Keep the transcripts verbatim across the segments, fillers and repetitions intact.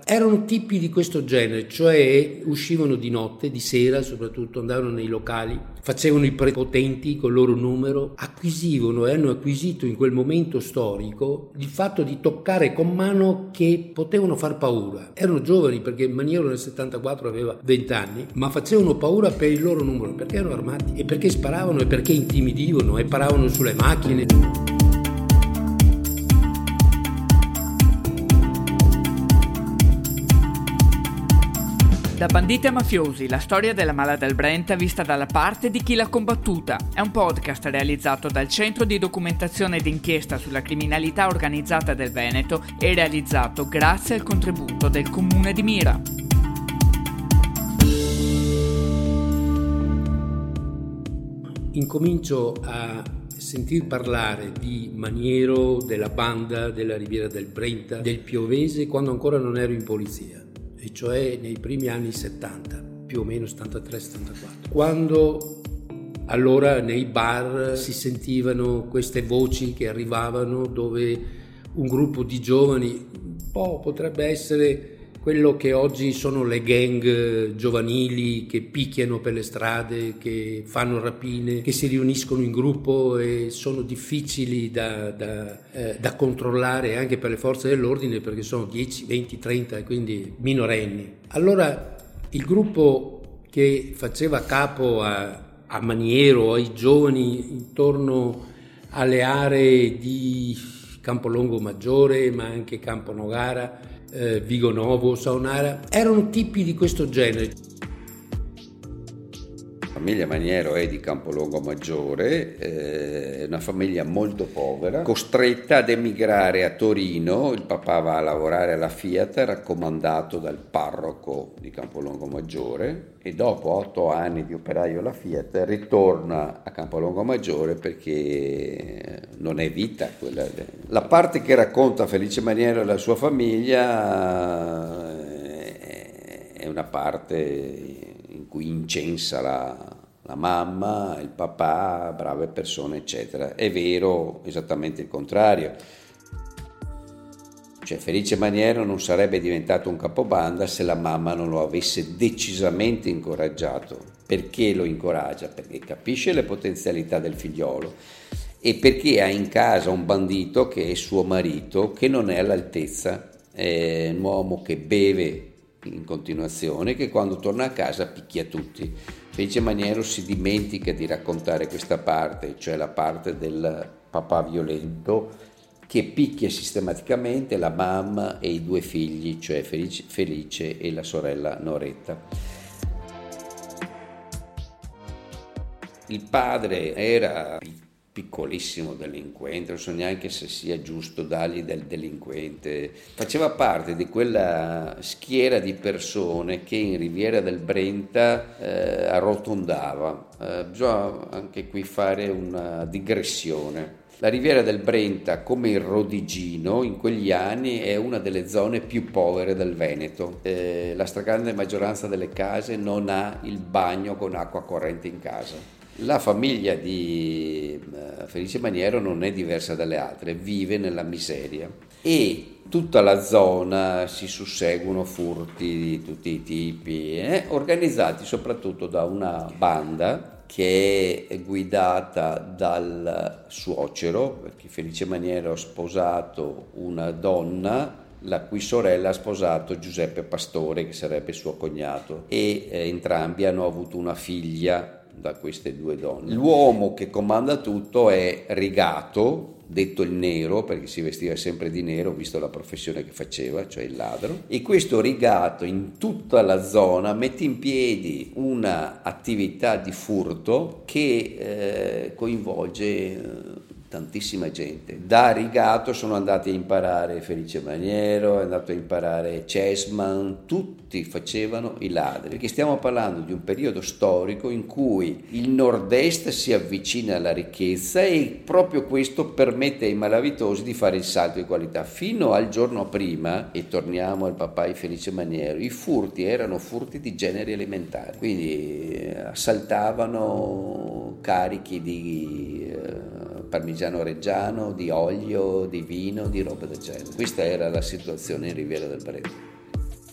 Erano tipi di questo genere, cioè uscivano di notte, di sera soprattutto, andavano nei locali, facevano i prepotenti col loro numero, acquisivano e hanno acquisito in quel momento storico il fatto di toccare con mano che potevano far paura. Erano giovani, perché Maniero nel settantaquattro aveva venti anni, ma facevano paura per il loro numero, perché erano armati e perché sparavano e perché intimidivano e paravano sulle macchine. Da banditi a mafiosi, la storia della Mala del Brenta vista dalla parte di chi l'ha combattuta. È un podcast realizzato dal Centro di Documentazione ed Inchiesta sulla Criminalità Organizzata del Veneto e realizzato grazie al contributo del Comune di Mira. Incomincio a sentir parlare di Maniero, della banda della Riviera del Brenta, del Piovese, quando ancora non ero in polizia, e cioè nei primi anni settanta, più o meno settantatré settantaquattro, quando allora nei bar si sentivano queste voci che arrivavano, dove un gruppo di giovani, un po' potrebbe essere quello che oggi sono le gang giovanili che picchiano per le strade, che fanno rapine, che si riuniscono in gruppo e sono difficili da, da, eh, da controllare anche per le forze dell'ordine, perché sono dieci, venti, trenta e quindi minorenni. Allora il gruppo che faceva capo a, a Maniero, ai giovani intorno alle aree di Campolongo Maggiore, ma anche Campo Nogara, Eh, Vigo Novo, Saonara, erano tipi di questo genere. La famiglia Maniero è di Campolongo Maggiore, è eh, una famiglia molto povera, costretta ad emigrare a Torino. Il papà va a lavorare alla Fiat, raccomandato dal parroco di Campolongo Maggiore, e dopo otto anni di operaio alla Fiat ritorna a Campolongo Maggiore perché non è vita quella. La parte che racconta Felice Maniero e la sua famiglia è una parte in cui incensa la, la mamma, il papà, brave persone, eccetera. È vero esattamente il contrario. Cioè, Felice Maniero non sarebbe diventato un capobanda se la mamma non lo avesse decisamente incoraggiato. Perché lo incoraggia? Perché capisce le potenzialità del figliolo e perché ha in casa un bandito che è suo marito, che non è all'altezza. È un uomo che beve in continuazione, che quando torna a casa picchia tutti. Felice Maniero si dimentica di raccontare questa parte, cioè la parte del papà violento che picchia sistematicamente la mamma e i due figli, cioè Felice, Felice e la sorella Noretta. Il padre era piccolissimo delinquente, non so neanche se sia giusto dargli del delinquente, faceva parte di quella schiera di persone che in Riviera del Brenta eh, arrotondava. Eh, bisogna anche qui fare una digressione. La Riviera del Brenta, come il Rodigino, in quegli anni è una delle zone più povere del Veneto. Eh, la stragrande maggioranza delle case non ha il bagno con acqua corrente in casa. La famiglia di Felice Maniero non è diversa dalle altre, vive nella miseria e tutta la zona si susseguono furti di tutti i tipi, eh, organizzati soprattutto da una banda che è guidata dal suocero, perché Felice Maniero ha sposato una donna la cui sorella ha sposato Giuseppe Pastore, che sarebbe suo cognato, e eh, entrambi hanno avuto una figlia da queste due donne. L'uomo che comanda tutto è Rigato, detto il nero perché si vestiva sempre di nero visto la professione che faceva, cioè il ladro, e questo Rigato in tutta la zona mette in piedi una attività di furto che eh, coinvolge eh, tantissima gente. Da Rigato sono andati a imparare Felice Maniero, è andato a imparare Chessman, tutti facevano i ladri, perché stiamo parlando di un periodo storico in cui il nord-est si avvicina alla ricchezza e proprio questo permette ai malavitosi di fare il salto di qualità. Fino al giorno prima, e torniamo al papà di Felice Maniero, i furti erano furti di generi alimentari, quindi assaltavano carichi di eh, parmigiano reggiano, di olio, di vino, di roba del genere. Questa era la situazione in Riviera del Brenta.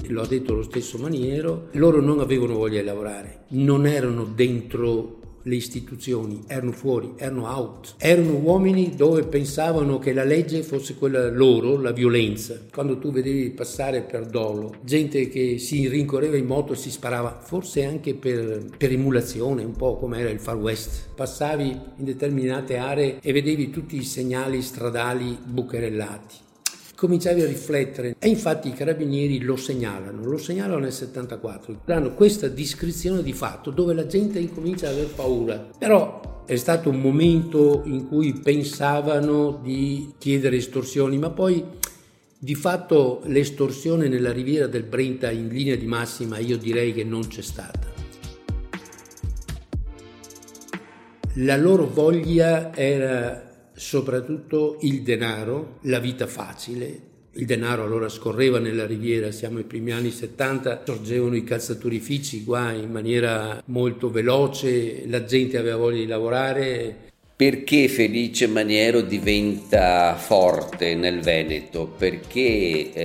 lo ha detto lo stesso Maniero, loro non avevano voglia di lavorare, non erano dentro le istituzioni, erano fuori, erano out, erano uomini dove pensavano che la legge fosse quella loro, la violenza. Quando tu vedevi passare per dolo gente che si rincorreva in moto, si sparava, forse anche per, per emulazione, un po' come era il Far West, passavi in determinate aree e vedevi tutti i segnali stradali bucherellati. Cominciavi a riflettere e infatti i carabinieri lo segnalano, lo segnalano nel settantaquattro, danno questa descrizione di fatto dove la gente incomincia ad aver paura. Però è stato un momento in cui pensavano di chiedere estorsioni, ma poi di fatto l'estorsione nella riviera del Brenta in linea di massima io direi che non c'è stata. La loro voglia era soprattutto il denaro, la vita facile. Il denaro allora scorreva nella riviera, siamo ai primi anni settanta, sorgevano i calzaturifici qua in maniera molto veloce, la gente aveva voglia di lavorare. Perché Felice Maniero diventa forte nel Veneto? Perché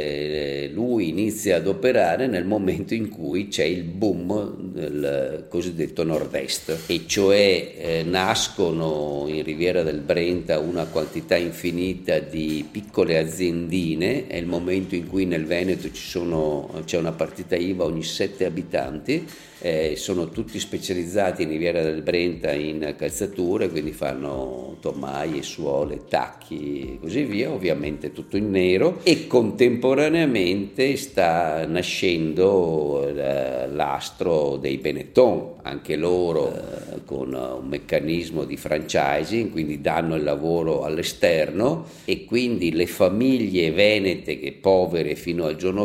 eh, lui inizia ad operare nel momento in cui c'è il boom del cosiddetto nord-est, e cioè eh, nascono in Riviera del Brenta una quantità infinita di piccole aziendine. È il momento in cui nel Veneto ci sono, c'è una partita I V A ogni sette abitanti. Eh, sono tutti specializzati in Riviera del Brenta in calzature, quindi fanno tomaie, suole, tacchi e così via, ovviamente tutto in nero, e contemporaneamente sta nascendo eh, l'astro dei Benetton, anche loro eh, con un meccanismo di franchising, quindi danno il lavoro all'esterno, e quindi le famiglie venete che povere fino al giorno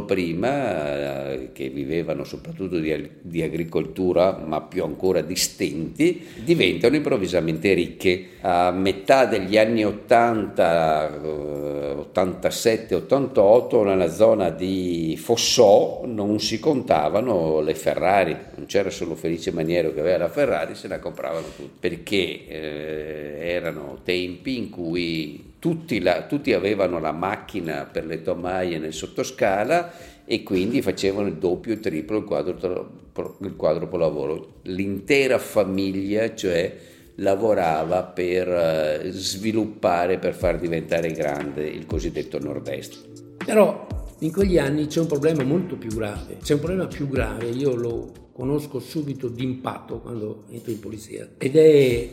prima, eh, che vivevano soprattutto di, di agricoltura, ma più ancora di stenti, diventano improvvisamente ricche. A metà degli anni ottanta, ottantasette ottantotto, nella zona di Fossò non si contavano le Ferrari, non c'era solo Felice Maniero che aveva la Ferrari, se la compravano tutti, perché eh, erano tempi in cui tutti, la, tutti avevano la macchina per le tomaie nel sottoscala, e quindi facevano il doppio, il triplo, il quadruplo, il quadruplo lavoro. L'intera famiglia, cioè, lavorava per sviluppare, per far diventare grande il cosiddetto nord-est. Però in quegli anni c'è un problema molto più grave, c'è un problema più grave, io lo conosco subito d'impatto quando entro in polizia, ed è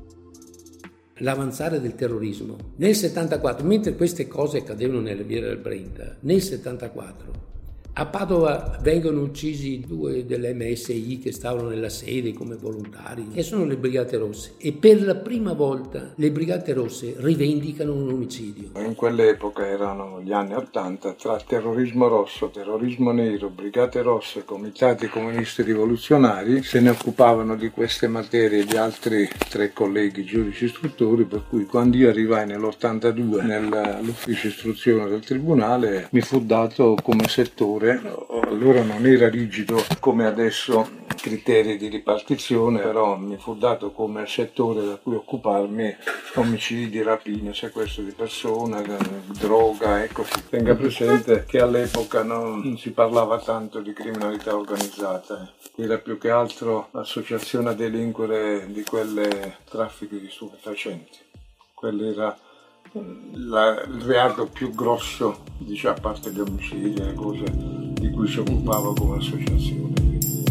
l'avanzare del terrorismo. Nel settantaquattro, mentre queste cose accadevano nella Riviera del Brenta, nel settantaquattro a Padova vengono uccisi due dell'M S I che stavano nella sede come volontari, e sono le Brigate Rosse, e per la prima volta le Brigate Rosse rivendicano un omicidio. In quell'epoca erano gli anni ottanta, tra terrorismo rosso, terrorismo nero, Brigate Rosse, comitati comunisti rivoluzionari, se ne occupavano di queste materie gli altri tre colleghi giudici istruttori, per cui quando io arrivai nell'ottantadue nell'ufficio istruzione del tribunale mi fu dato come settore. Allora non era rigido come adesso criteri di ripartizione, però mi fu dato come settore da cui occuparmi omicidi, rapine, sequestro di persona, droga e così. Tenga presente che all'epoca non si parlava tanto di criminalità organizzata, era più che altro l'associazione a delinquere di quelle traffici di stupefacenti. Quello era La, il reato più grosso, diciamo, a parte gli omicidi e le cose di cui si occupava come associazione.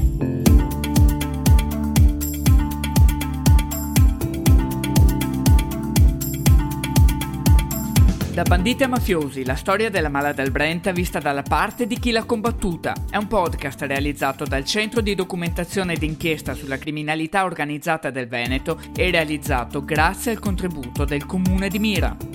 Da Banditi a Mafiosi, la storia della Mala del Brenta vista dalla parte di chi l'ha combattuta. È un podcast realizzato dal Centro di Documentazione ed Inchiesta sulla Criminalità Organizzata del Veneto e realizzato grazie al contributo del Comune di Mira.